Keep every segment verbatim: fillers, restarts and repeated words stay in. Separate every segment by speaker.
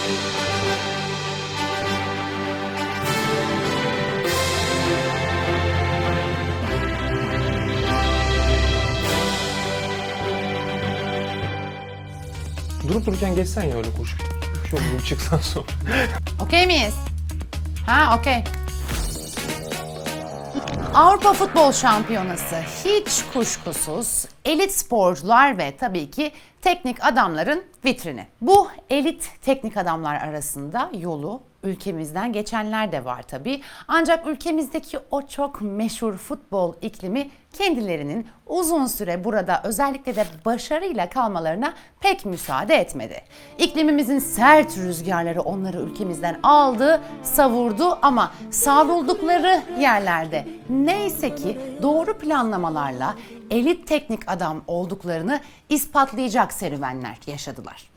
Speaker 1: Durup dururken geçsen ya öyle koşup. Şöyle bir çıksan sonra.
Speaker 2: Okey miyiz? Ha, okey. Avrupa Futbol Şampiyonası hiç kuşkusuz elit sporcular ve tabii ki teknik adamların vitrini. Bu elit teknik adamlar arasında yolu ülkemizden geçenler de var tabii. Ancak ülkemizdeki o çok meşhur futbol iklimi kendilerinin uzun süre burada özellikle de başarıyla kalmalarına pek müsaade etmedi. İklimimizin sert rüzgarları onları ülkemizden aldı, savurdu ama savruldukları yerlerde neyse ki doğru planlamalarla elit teknik adam olduklarını ispatlayacak serüvenler yaşadılar.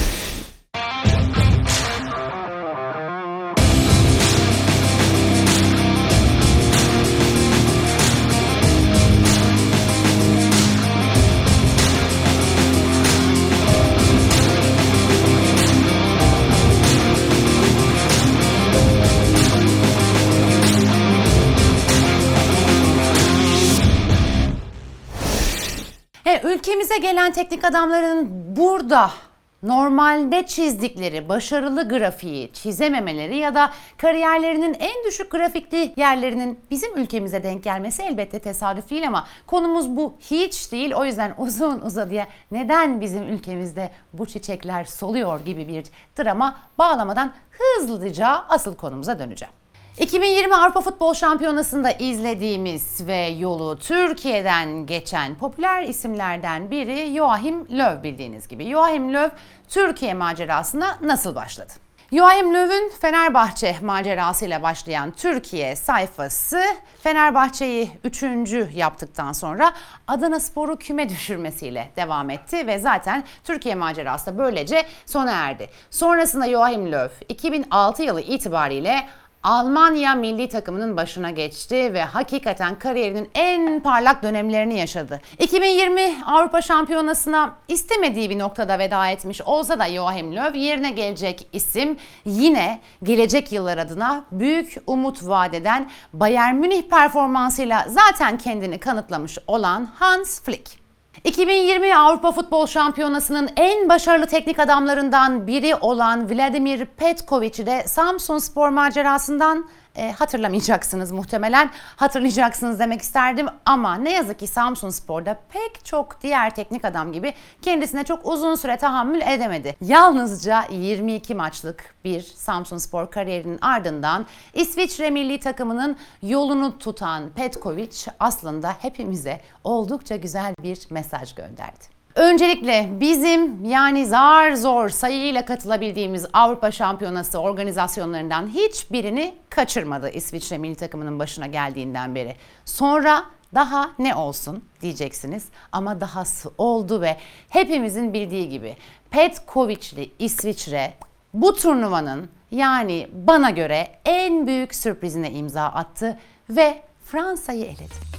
Speaker 2: He, ülkemize gelen teknik adamların burada normalde çizdikleri başarılı grafiği çizememeleri ya da kariyerlerinin en düşük grafikli yerlerinin bizim ülkemize denk gelmesi elbette tesadüf değil ama konumuz bu hiç değil. O yüzden uzun uzadıya neden bizim ülkemizde bu çiçekler soluyor gibi bir drama bağlamadan hızlıca asıl konumuza döneceğim. iki bin yirmi Avrupa Futbol Şampiyonası'nda izlediğimiz ve yolu Türkiye'den geçen popüler isimlerden biri Joachim Löw bildiğiniz gibi. Joachim Löw Türkiye macerasına nasıl başladı? Joachim Löw'ün Fenerbahçe macerasıyla başlayan Türkiye sayfası Fenerbahçe'yi üçüncü yaptıktan sonra Adanaspor'u küme düşürmesiyle devam etti ve zaten Türkiye macerası da böylece sona erdi. Sonrasında Joachim Löw iki bin altı yılı itibariyle Almanya milli takımının başına geçti ve hakikaten kariyerinin en parlak dönemlerini yaşadı. iki bin yirmi Avrupa Şampiyonası'na istemediği bir noktada veda etmiş olsa da Joachim Löw yerine gelecek isim yine gelecek yıllar adına büyük umut vadeden Bayern Münih performansıyla zaten kendini kanıtlamış olan Hans Flick. iki bin yirmi Avrupa Futbol Şampiyonası'nın en başarılı teknik adamlarından biri olan Vladimir Petkovic'i de Samsunspor macerasından e, hatırlamayacaksınız muhtemelen. Hatırlayacaksınız demek isterdim ama ne yazık ki Samsunspor'da pek çok diğer teknik adam gibi kendisine çok uzun süre tahammül edemedi. Yalnızca yirmi iki maçlık bir Samsunspor kariyerinin ardından İsviçre milli takımının yolunu tutan Petkovic aslında hepimize oldukça güzel bir mesaj gönderdi. Öncelikle bizim yani zar zor sayıyla katılabildiğimiz Avrupa Şampiyonası organizasyonlarından hiçbirini kaçırmadı İsviçre milli takımının başına geldiğinden beri. Sonra daha ne olsun diyeceksiniz ama dahası oldu ve hepimizin bildiği gibi Petkovic'li İsviçre bu turnuvanın yani bana göre en büyük sürprizine imza attı ve Fransa'yı eledi.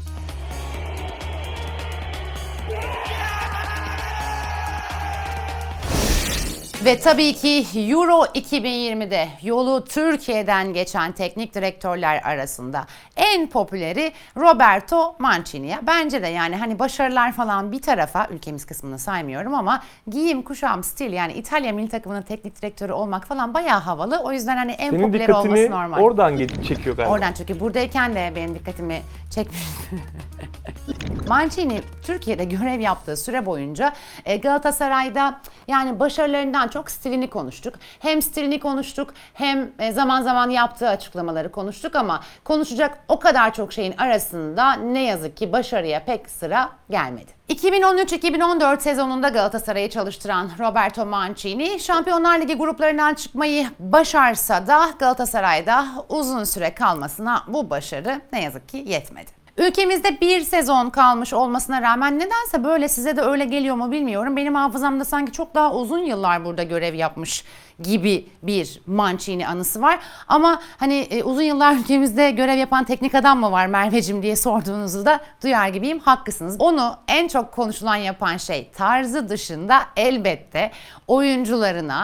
Speaker 2: Ve tabii ki Euro iki bin yirmide yolu Türkiye'den geçen teknik direktörler arasında en popüleri Roberto Mancini'ye. Bence de yani hani başarılar falan bir tarafa, ülkemiz kısmını saymıyorum ama giyim, kuşam, stil yani İtalya milli takımının teknik direktörü olmak falan bayağı havalı. O yüzden hani en
Speaker 1: Senin
Speaker 2: popüler olması
Speaker 1: dikkatini
Speaker 2: normal.
Speaker 1: oradan gelip çekiyor galiba.
Speaker 2: Oradan çünkü buradayken de benim dikkatimi çekmiş. Mancini Türkiye'de görev yaptığı süre boyunca Galatasaray'da yani başarılarından çok stilini konuştuk. Hem stilini konuştuk hem zaman zaman yaptığı açıklamaları konuştuk ama konuşacak o kadar çok şeyin arasında ne yazık ki başarıya pek sıra gelmedi. iki bin on üç iki bin on dört sezonunda Galatasaray'ı çalıştıran Roberto Mancini, Şampiyonlar Ligi gruplarından çıkmayı başarsa da Galatasaray'da uzun süre kalmasına bu başarı ne yazık ki yetmedi. Ülkemizde bir sezon kalmış olmasına rağmen nedense böyle size de öyle geliyor mu bilmiyorum. Benim hafızamda sanki çok daha uzun yıllar burada görev yapmış gibi bir Mancini anısı var. Ama hani e, uzun yıllar ülkemizde görev yapan teknik adam mı var Merveciğim diye sorduğunuzu da duyar gibiyim. Haklısınız. Onu en çok konuşulan yapan şey tarzı dışında elbette oyuncularına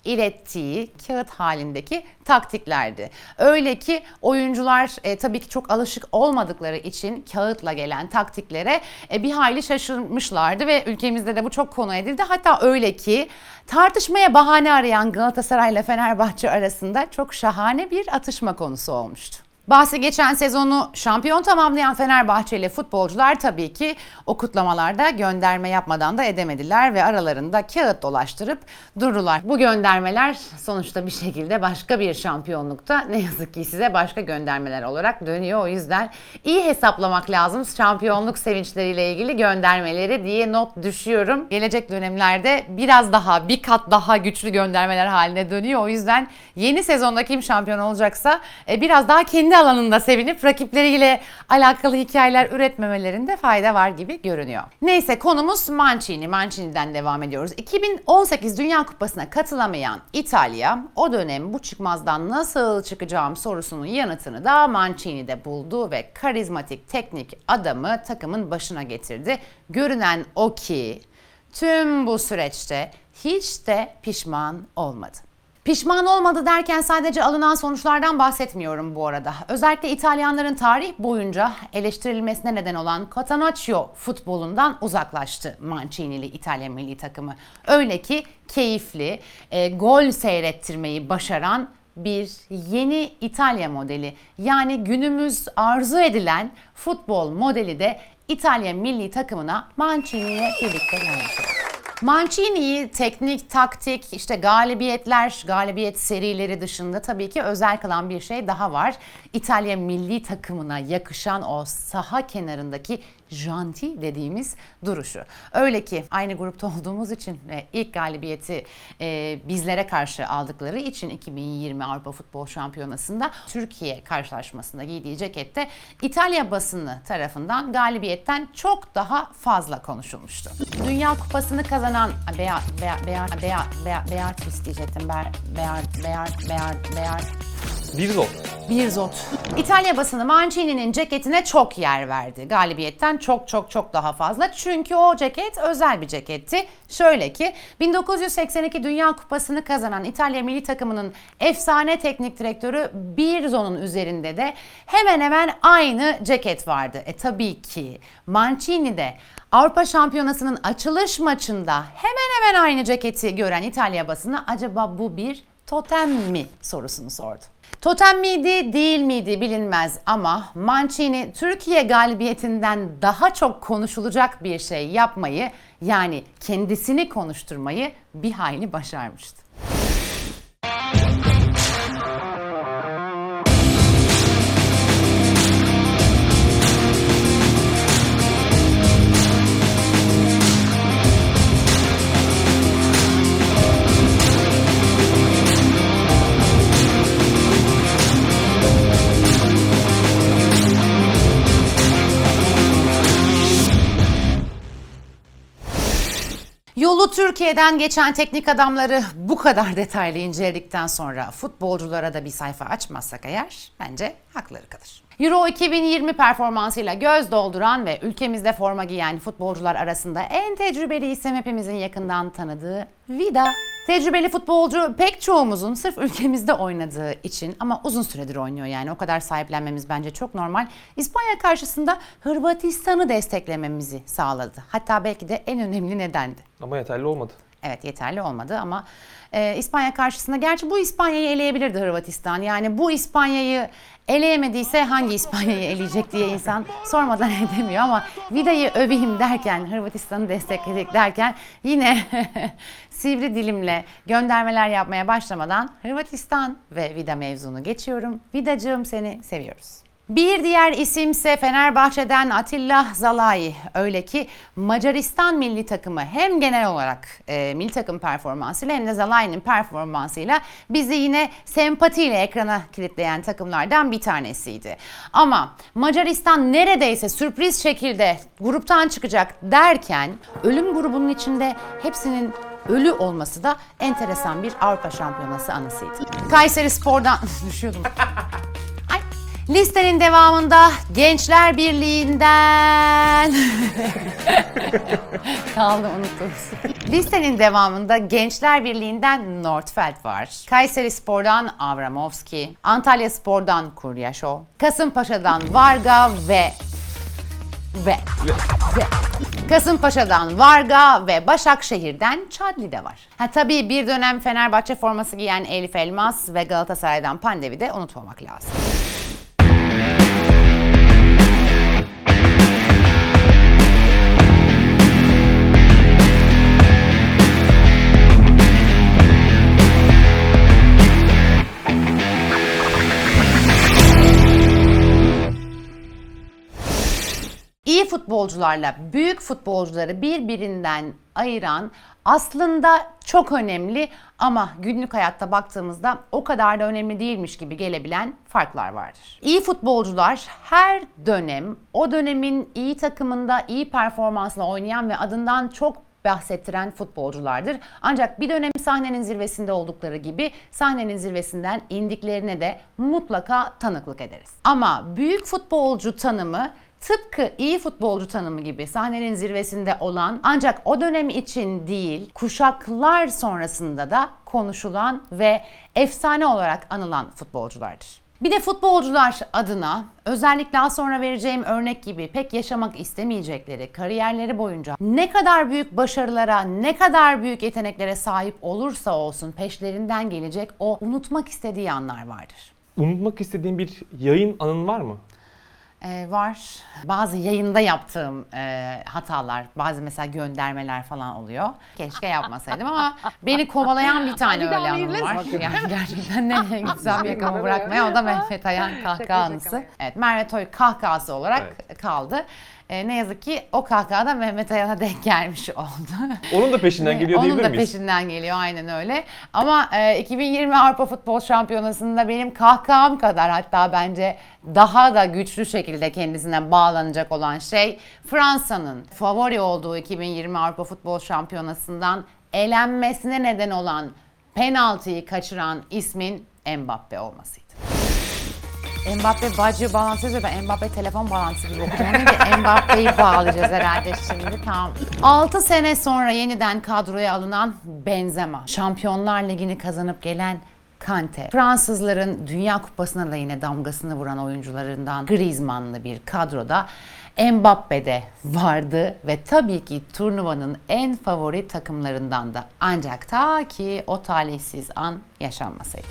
Speaker 2: ilettiği kağıt halindeki taktiklerdi. Öyle ki oyuncular e, tabii ki çok alışık olmadıkları için kağıtla gelen taktiklere e, bir hayli şaşırmışlardı ve ülkemizde de bu çok konu edildi. Hatta öyle ki tartışmaya bahane arayan Galatasaray ile Fenerbahçe arasında çok şahane bir atışma konusu olmuştu. Bahsi geçen sezonu şampiyon tamamlayan Fenerbahçeli futbolcular tabii ki o kutlamalarda gönderme yapmadan da edemediler ve aralarında kağıt dolaştırıp durdular. Bu göndermeler sonuçta bir şekilde başka bir şampiyonlukta ne yazık ki size başka göndermeler olarak dönüyor. O yüzden iyi hesaplamak lazım şampiyonluk sevinçleriyle ilgili göndermeleri diye not düşüyorum. Gelecek dönemlerde biraz daha bir kat daha güçlü göndermeler haline dönüyor. O yüzden yeni sezonda kim şampiyon olacaksa biraz daha kendi alanında sevinip rakipleriyle alakalı hikayeler üretmemelerinde fayda var gibi görünüyor. Neyse konumuz Mancini. Mancini'den devam ediyoruz. iki bin on sekiz Dünya Kupası'na katılamayan İtalya o dönem bu çıkmazdan nasıl çıkacağım sorusunun yanıtını da Mancini'de buldu ve karizmatik teknik adamı takımın başına getirdi. Görünen o ki tüm bu süreçte hiç de pişman olmadı. Pişman olmadı derken sadece alınan sonuçlardan bahsetmiyorum bu arada. Özellikle İtalyanların tarih boyunca eleştirilmesine neden olan Catenaccio futbolundan uzaklaştı Mancini'li İtalya milli takımı. Öyle ki keyifli, e, gol seyrettirmeyi başaran bir yeni İtalya modeli, yani günümüz arzu edilen futbol modeli de İtalya milli takımına Mancini'ye birlikte gelmiş oldu. Mancini'yi teknik, taktik, işte galibiyetler, galibiyet serileri dışında tabii ki özel kılan bir şey daha var. İtalya milli takımına yakışan o saha kenarındaki janti dediğimiz duruşu. Öyle ki aynı grupta olduğumuz için ve ilk galibiyeti e, bizlere karşı aldıkları için iki bin yirmi Avrupa Futbol Şampiyonası'nda Türkiye karşılaşmasında giydiği cekette İtalya basını tarafından galibiyetten çok daha fazla konuşulmuştu. Dünya Kupası'nı kazanan Beyar Beyar Beyar Beyar Beyar Beyar diyecektim. Beyar Beyar Beyar Beyar Beyar
Speaker 1: Bir zor.
Speaker 2: Bir zot. İtalya basını Mancini'nin ceketine çok yer verdi. Galibiyetten çok çok çok daha fazla. Çünkü o ceket özel bir ceketti. Şöyle ki bin dokuz yüz seksen iki Dünya Kupası'nı kazanan İtalya milli takımının efsane teknik direktörü Birzo'nun üzerinde de hemen hemen aynı ceket vardı. E tabii ki Mancini de Avrupa Şampiyonası'nın açılış maçında hemen hemen aynı ceketi gören İtalya basını acaba bu bir totem mi sorusunu sordu. Totem miydi, değil miydi bilinmez ama Mancini Türkiye galibiyetinden daha çok konuşulacak bir şey yapmayı, yani kendisini konuşturmayı bir hayli başarmıştı. Yolu Türkiye'den geçen teknik adamları bu kadar detaylı inceledikten sonra futbolculara da bir sayfa açmazsak eğer bence hakları kalır. Euro iki bin yirmi performansıyla göz dolduran ve ülkemizde forma giyen futbolcular arasında en tecrübeli isim hepimizin yakından tanıdığı Vida. Tecrübeli futbolcu pek çoğumuzun sırf ülkemizde oynadığı için ama uzun süredir oynuyor, yani o kadar sahiplenmemiz bence çok normal. İspanya karşısında Hırvatistan'ı desteklememizi sağladı. Hatta belki de en önemli nedendi.
Speaker 1: Ama yeterli olmadı.
Speaker 2: Evet, yeterli olmadı ama e, İspanya karşısında, gerçi bu İspanya'yı eleyebilirdi Hırvatistan. Yani bu İspanya'yı eleyemediyse hangi İspanya'yı eleyecek diye insan sormadan edemiyor ama Vida'yı öveyim derken, Hırvatistan'ı destekledik derken yine sivri dilimle göndermeler yapmaya başlamadan Hırvatistan ve Vida mevzunu geçiyorum. Vidacığım, seni seviyoruz. Bir diğer isimse Fenerbahçe'den Atilla Zalai. Öyle ki Macaristan milli takımı hem genel olarak e, milli takım performansıyla hem de Zalai'nin performansıyla bizi yine sempatiyle ekrana kilitleyen takımlardan bir tanesiydi. Ama Macaristan neredeyse sürpriz şekilde gruptan çıkacak derken ölüm grubunun içinde hepsinin ölü olması da enteresan bir Avrupa Şampiyonası anısıydı. Kayserispor'dan düşüyordum. Ay. Listenin devamında Gençler Birliği'nden kaldı unuttunuz. Listenin devamında Gençler Birliği'nden Nordfeld var. Kayserispor'dan Avramovski, Antalyaspor'dan Kuryaşov, Kasımpaşa'dan Varga ve ve ve Kasımpaşa'dan Varga ve Başakşehir'den Çadli de var. Ha tabii bir dönem Fenerbahçe forması giyen Elif Elmas ve Galatasaray'dan Pandevi de unutmamak lazım. İyi futbolcularla büyük futbolcuları birbirinden ayıran aslında çok önemli ama günlük hayatta baktığımızda o kadar da önemli değilmiş gibi gelebilen farklar vardır. İyi futbolcular her dönem o dönemin iyi takımında iyi performansla oynayan ve adından çok bahsettiren futbolculardır. Ancak bir dönem sahnenin zirvesinde oldukları gibi sahnenin zirvesinden indiklerine de mutlaka tanıklık ederiz. Ama büyük futbolcu tanımı tıpkı iyi futbolcu tanımı gibi sahnenin zirvesinde olan ancak o dönem için değil, kuşaklar sonrasında da konuşulan ve efsane olarak anılan futbolculardır. Bir de futbolcular adına özellikle daha sonra vereceğim örnek gibi pek yaşamak istemeyecekleri kariyerleri boyunca ne kadar büyük başarılara, ne kadar büyük yeteneklere sahip olursa olsun peşlerinden gelecek o unutmak istediği anlar vardır.
Speaker 1: Unutmak istediğin bir yayın anın var mı?
Speaker 2: Ee, var. Bazı yayında yaptığım e, hatalar, bazı mesela göndermeler falan oluyor. Keşke yapmasaydım ama beni kovalayan bir tane
Speaker 3: Bir daha
Speaker 2: öyle anım
Speaker 3: oynayabiliriz
Speaker 2: var.
Speaker 3: mi?
Speaker 2: Yani gerçekten ne güzel bir yakamı bırakmaya o da Mehmet Ayan kahkaha anısı. Evet, Merve Toy kahkahası olarak
Speaker 1: Evet.
Speaker 2: kaldı. Ee, ne yazık ki o kahkaha da Mehmet Ayan'a denk gelmiş oldu.
Speaker 1: Onun da peşinden geliyor
Speaker 2: Onun
Speaker 1: diyebilir
Speaker 2: da
Speaker 1: miyiz?
Speaker 2: peşinden geliyor aynen öyle. Ama e, iki bin yirmi Avrupa Futbol Şampiyonası'nda benim kahkaham kadar hatta bence daha da güçlü şekilde kendisine bağlanacak olan şey Fransa'nın favori olduğu iki bin yirmi Avrupa Futbol Şampiyonası'ndan elenmesine neden olan penaltıyı kaçıran ismin Mbappe olmasıydı. Mbappe Baggio bağlantısı yazıyor. Ben Mbappe telefon bağlantısı gibi okudum. Onun için Mbappe'yi bağlayacağız herhalde şimdi. Tamam. altı sene sonra yeniden kadroya alınan Benzema. Şampiyonlar Ligi'ni kazanıp gelen Kante. Fransızların Dünya Kupası'na da yine damgasını vuran oyuncularından Griezmann'lı bir kadroda Mbappe de vardı ve tabii ki turnuvanın en favori takımlarından da. Ancak ta ki o talihsiz an yaşanmasaydı.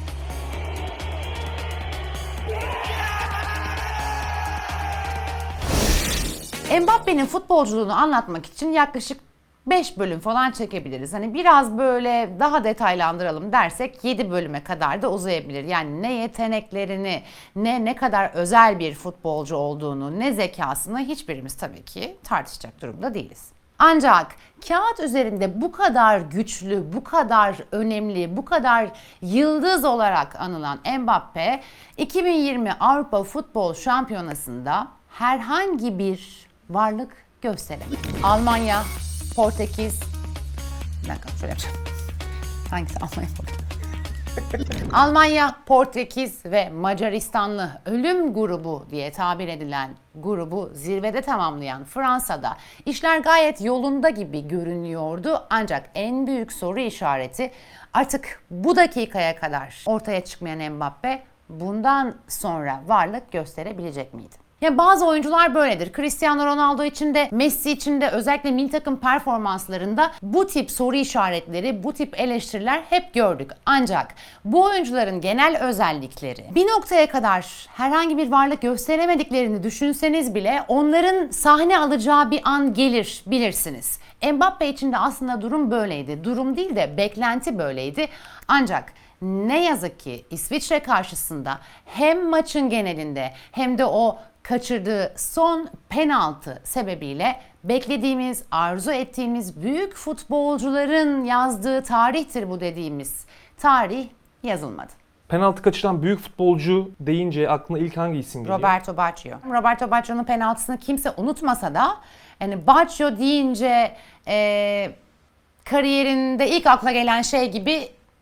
Speaker 2: Mbappe'nin futbolculuğunu anlatmak için yaklaşık beş bölüm falan çekebiliriz. Hani biraz böyle daha detaylandıralım dersek yedi bölüme kadar da uzayabilir. Yani ne yeteneklerini, ne ne kadar özel bir futbolcu olduğunu, ne zekasını hiçbirimiz tabii ki tartışacak durumda değiliz. Ancak kağıt üzerinde bu kadar güçlü, bu kadar önemli, bu kadar yıldız olarak anılan Mbappe, iki bin yirmi Avrupa Futbol Şampiyonası'nda herhangi bir varlık gösteremedi. Almanya, Portekiz, bir dakika şöyle yapacağım. Hangisi Almanya, Portekiz? Almanya, Portekiz ve Macaristanlı ölüm grubu diye tabir edilen grubu zirvede tamamlayan Fransa'da işler gayet yolunda gibi görünüyordu. Ancak en büyük soru işareti artık bu dakikaya kadar ortaya çıkmayan Mbappe bundan sonra varlık gösterebilecek miydi? Ya bazı oyuncular böyledir. Cristiano Ronaldo için de Messi için de özellikle milli takım performanslarında bu tip soru işaretleri, bu tip eleştiriler hep gördük. Ancak bu oyuncuların genel özellikleri bir noktaya kadar herhangi bir varlık gösteremediklerini düşünseniz bile onların sahne alacağı bir an gelir bilirsiniz. Mbappe için de aslında durum böyleydi. Durum değil de beklenti böyleydi. Ancak ne yazık ki İsviçre karşısında hem maçın genelinde hem de o kaçırdığı son penaltı sebebiyle beklediğimiz, arzu ettiğimiz büyük futbolcuların yazdığı tarihtir bu dediğimiz tarih yazılmadı.
Speaker 1: Penaltı kaçıran büyük futbolcu deyince aklına ilk hangi isim geliyor?
Speaker 2: Roberto Baggio. Roberto Baggio'nun penaltısını kimse unutmasa da yani Baggio deyince e, kariyerinde ilk akla gelen şey gibi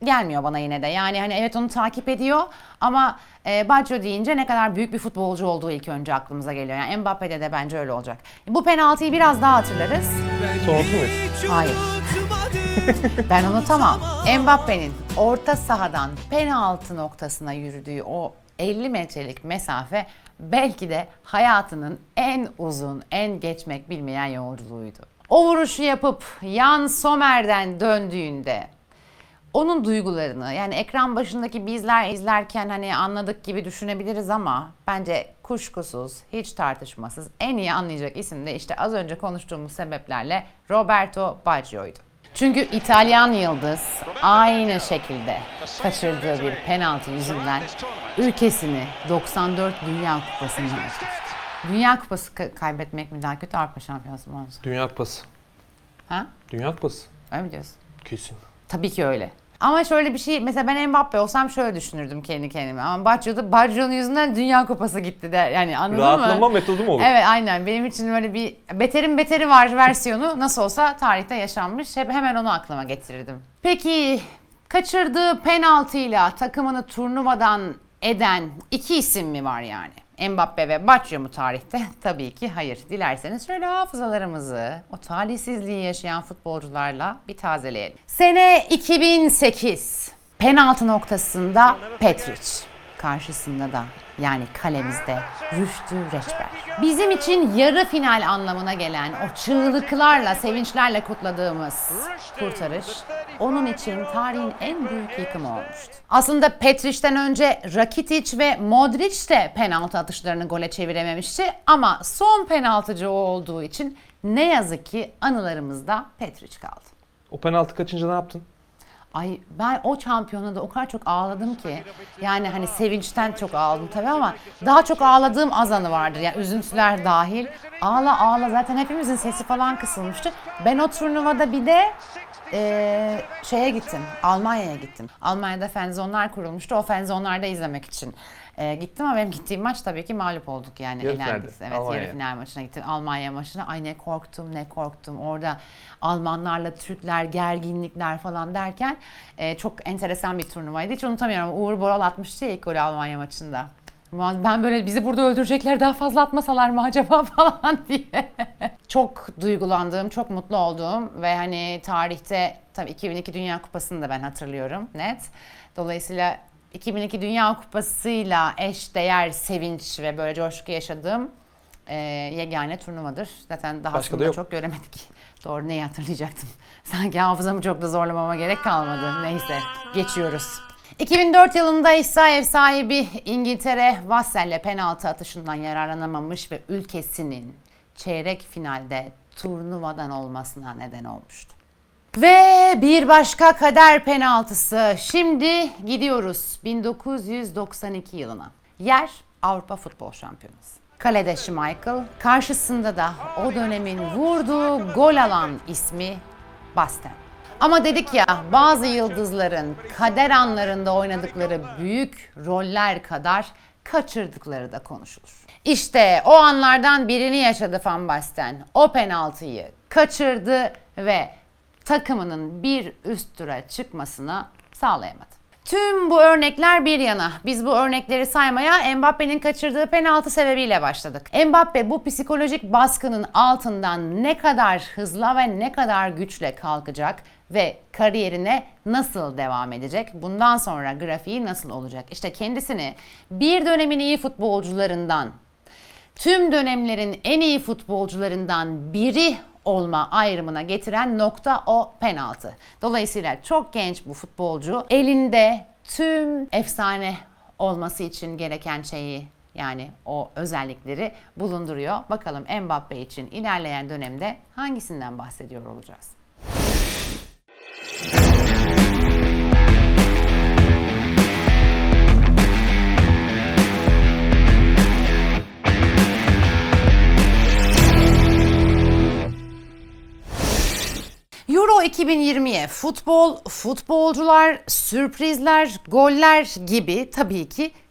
Speaker 2: gelmiyor bana yine de. Yani hani evet onu takip ediyor ama e, Baggio deyince ne kadar büyük bir futbolcu olduğu ilk önce aklımıza geliyor. Yani Mbappe'de de bence öyle olacak. Bu penaltıyı biraz daha hatırlarız.
Speaker 1: Sonrası mı?
Speaker 2: Hayır. Ben unutamam. Mbappe'nin orta sahadan penaltı noktasına yürüdüğü o elli metrelik mesafe belki de hayatının en uzun, en geçmek bilmeyen yolculuğuydu. O vuruşu yapıp Jan Sommer'den döndüğünde onun duygularını, yani ekran başındaki bizler izlerken hani anladık gibi düşünebiliriz ama bence kuşkusuz, hiç tartışmasız en iyi anlayacak isim de işte az önce konuştuğumuz sebeplerle Roberto Baggio'ydu. Çünkü İtalyan yıldız aynı şekilde kaçırdığı bir penaltı yüzünden ülkesini doksan dört Dünya Kupası'ndan açmıştı. Dünya Kupası ka- kaybetmek mi daha kötü, Avrupa Şampiyonası mı?
Speaker 1: Dünya Kupası.
Speaker 2: Ha?
Speaker 1: Dünya Kupası.
Speaker 2: Öyle mi diyorsun?
Speaker 1: Kesin.
Speaker 2: Tabii ki öyle. Ama şöyle bir şey, mesela ben Mbappe olsam şöyle düşünürdüm kendi kendime. Ama Baggio'da, Baggio'nun yüzünden Dünya Kupası gitti de, yani anladın mı?
Speaker 1: Rahatlama metodu mu olur?
Speaker 2: Evet, aynen. Benim için böyle bir beterin beteri var versiyonu nasıl olsa tarihte yaşanmış. Hep hemen onu aklıma getirirdim. Peki kaçırdığı penaltıyla takımını turnuvadan eden iki isim mi var yani? Mbappe ve Baggio mu tarihte? Tabii ki hayır. Dilerseniz şöyle hafızalarımızı o talihsizliği yaşayan futbolcularla bir tazeleyelim. Sene iki bin sekiz. Penaltı noktasında Petric. Karşısında da, yani kalemizde, Rüştü Reçber. Bizim için yarı final anlamına gelen o çığlıklarla, sevinçlerle kutladığımız kurtarış onun için tarihin en büyük yıkımı olmuştu. Aslında Petric'ten önce Rakitic ve Modric de penaltı atışlarını gole çevirememişti ama son penaltıcı o olduğu için ne yazık ki anılarımızda Petric kaldı.
Speaker 1: O penaltı kaçınca ne yaptın?
Speaker 2: Ay ben o şampiyonada o kadar çok ağladım ki, yani hani sevinçten çok ağladım tabii ama daha çok ağladığım az anı vardır, yani üzüntüler dahil. Ağla ağla, zaten hepimizin sesi falan kısılmıştı. Ben o turnuvada bir de e, şeye gittim, Almanya'ya gittim. Almanya'da fenzonlar kurulmuştu, o fenzonlarda izlemek için e, gittim ama benim gittiğim maç tabii ki mağlup olduk yani.
Speaker 1: Yarı
Speaker 2: Elendik.
Speaker 1: finalde,
Speaker 2: Evet,
Speaker 1: Almanya.
Speaker 2: yarı final maçına gittim, Almanya maçına. Ay ne korktum ne korktum orada Almanlarla Türkler, gerginlikler falan derken e, çok enteresan bir turnuvaydı. Hiç unutamıyorum. Uğur Boral atmıştı ya ilk golü Almanya maçında. Ben böyle bizi burada öldürecekler, daha fazla atmasalar mı acaba falan diye. Çok duygulandığım, çok mutlu olduğum ve hani tarihte tabii iki bin iki Dünya Kupası'nı da ben hatırlıyorum net. Dolayısıyla iki bin iki Dünya Kupası'yla eş değer sevinç ve böyle coşku yaşadığım e, yegane turnuvadır. Zaten daha
Speaker 1: Başka da
Speaker 2: sonra
Speaker 1: yok.
Speaker 2: çok göremedik. Doğru, neyi hatırlayacaktım? Sanki hafızamı çok da zorlamama gerek kalmadı. Neyse, geçiyoruz. iki bin dört yılında ise ev sahibi İngiltere Vassell'le penaltı atışından yararlanamamış ve ülkesinin çeyrek finalde turnuvadan olmasına neden olmuştu. Ve bir başka kader penaltısı. Şimdi gidiyoruz bin dokuz yüz doksan iki yılına. Yer Avrupa Futbol Şampiyonası. Kalede Schmeichel, karşısında da o dönemin vurduğu gol alan ismi Basten. Ama dedik ya, bazı yıldızların kader anlarında oynadıkları büyük roller kadar kaçırdıkları da konuşulur. İşte o anlardan birini yaşadı Van Basten. O penaltıyı kaçırdı ve takımının bir üst tura çıkmasına sağlayamadı. Tüm bu örnekler bir yana, biz bu örnekleri saymaya Mbappe'nin kaçırdığı penaltı sebebiyle başladık. Mbappe bu psikolojik baskının altından ne kadar hızla ve ne kadar güçle kalkacak ve kariyerine nasıl devam edecek? Bundan sonra grafiği nasıl olacak? İşte kendisini bir dönemin iyi futbolcularından, tüm dönemlerin en iyi futbolcularından biri olma ayrımına getiren nokta o penaltı. Dolayısıyla çok genç bu futbolcu elinde tüm efsane olması için gereken şeyi, yani o özellikleri bulunduruyor. Bakalım Mbappe için ilerleyen dönemde hangisinden bahsediyor olacağız? Euro iki bin yirmiye futbol, futbolcular, sürprizler, goller gibi tabii ki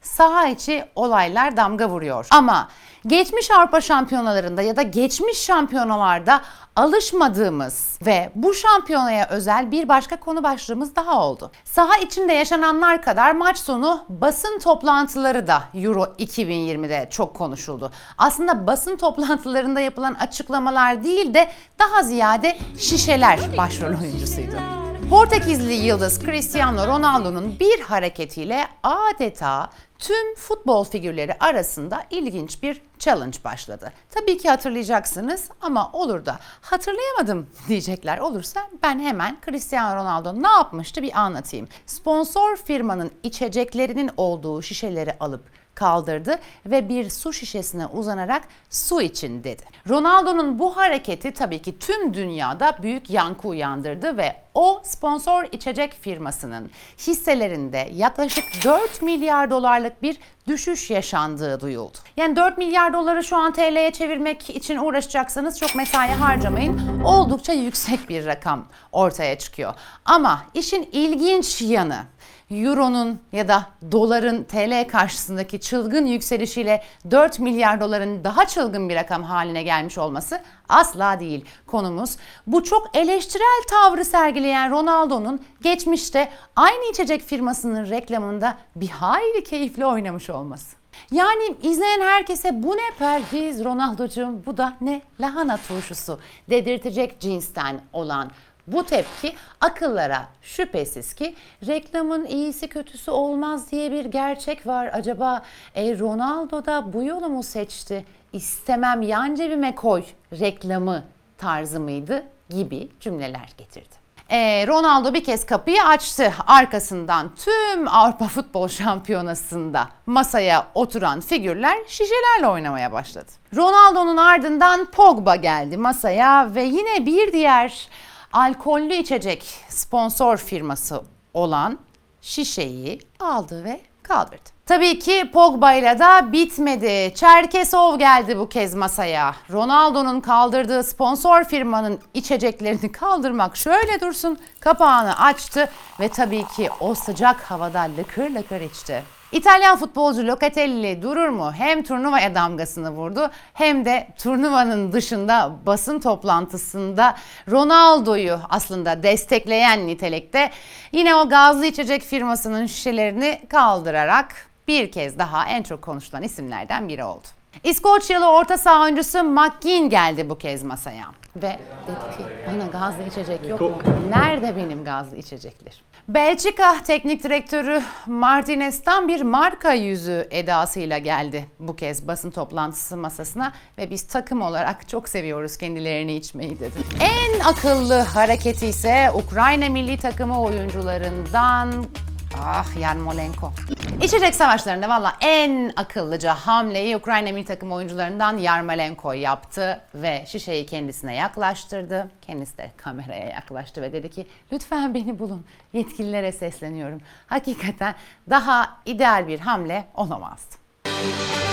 Speaker 2: saha içi olaylar damga vuruyor. Ama geçmiş Avrupa şampiyonalarında ya da geçmiş şampiyonalarda alışmadığımız ve bu şampiyonaya özel bir başka konu başlığımız daha oldu. Saha içinde yaşananlar kadar maç sonu basın toplantıları da Euro iki bin yirmide çok konuşuldu. Aslında basın toplantılarında yapılan açıklamalar değil de daha ziyade şişeler başrol oyuncusuydu. Portekizli yıldız Cristiano Ronaldo'nun bir hareketiyle adeta tüm futbol figürleri arasında ilginç bir challenge başladı. Tabii ki hatırlayacaksınız ama olur da hatırlayamadım diyecekler olursa ben hemen Cristiano Ronaldo ne yapmıştı bir anlatayım. Sponsor firmanın içeceklerinin olduğu şişeleri alıp kaldırdı ve bir su şişesine uzanarak su için dedi. Ronaldo'nun bu hareketi tabii ki tüm dünyada büyük yankı uyandırdı ve o sponsor içecek firmasının hisselerinde yaklaşık dört milyar dolarlık bir düşüş yaşandığı duyuldu. Yani dört milyar doları şu an T L'ye çevirmek için uğraşacaksanız çok mesai harcamayın. Oldukça yüksek bir rakam ortaya çıkıyor. Ama işin ilginç yanı Euro'nun ya da doların T L karşısındaki çılgın yükselişiyle dört milyar doların daha çılgın bir rakam haline gelmiş olması asla değil. Konumuz bu çok eleştirel tavrı sergileyen Ronaldo'nun geçmişte aynı içecek firmasının reklamında bir hayli keyifli oynamış olması. Yani izleyen herkese bu ne perhiz Ronaldo'cum, bu da ne lahana turşusu dedirtecek cinsten olan bu tepki akıllara şüphesiz ki reklamın iyisi kötüsü olmaz diye bir gerçek var. Acaba e, Ronaldo da bu yolu mu seçti? İstemem yan cebime koy reklamı tarzı mıydı gibi cümleler getirdi. E, Ronaldo bir kez kapıyı açtı. Arkasından tüm Avrupa Futbol Şampiyonası'nda masaya oturan figürler şişelerle oynamaya başladı. Ronaldo'nun ardından Pogba geldi masaya ve yine bir diğer alkollü içecek sponsor firması olan şişeyi aldı ve kaldırdı. Tabii ki Pogba ile de bitmedi. Çerkesov geldi bu kez masaya. Ronaldo'nun kaldırdığı sponsor firmanın içeceklerini kaldırmak şöyle dursun kapağını açtı ve tabii ki o sıcak havada lıkır lıkır içti. İtalyan futbolcu Locatelli durur mu? Hem turnuvaya damgasını vurdu hem de turnuvanın dışında basın toplantısında Ronaldo'yu aslında destekleyen nitelikte yine o gazlı içecek firmasının şişelerini kaldırarak bir kez daha en çok konuşulan isimlerden biri oldu. İskoçyalı orta saha oyuncusu McGinn geldi bu kez masaya ve dedi ki bana gazlı içecek yok mu? Nerede benim gazlı içeceklerim? Belçika Teknik Direktörü Martinez tam bir marka yüzü edasıyla geldi bu kez basın toplantısı masasına ve biz takım olarak çok seviyoruz kendilerini içmeyi dedi. En akıllı hareketi ise Ukrayna milli takımı oyuncularından ah Yarmolenko. İçecek savaşlarında valla en akıllıca hamleyi Ukrayna milli takım oyuncularından Yarmolenko yaptı ve şişeyi kendisine yaklaştırdı. Kendisi de kameraya yaklaştı ve dedi ki lütfen beni bulun. Yetkililere sesleniyorum. Hakikaten daha ideal bir hamle olamazdı.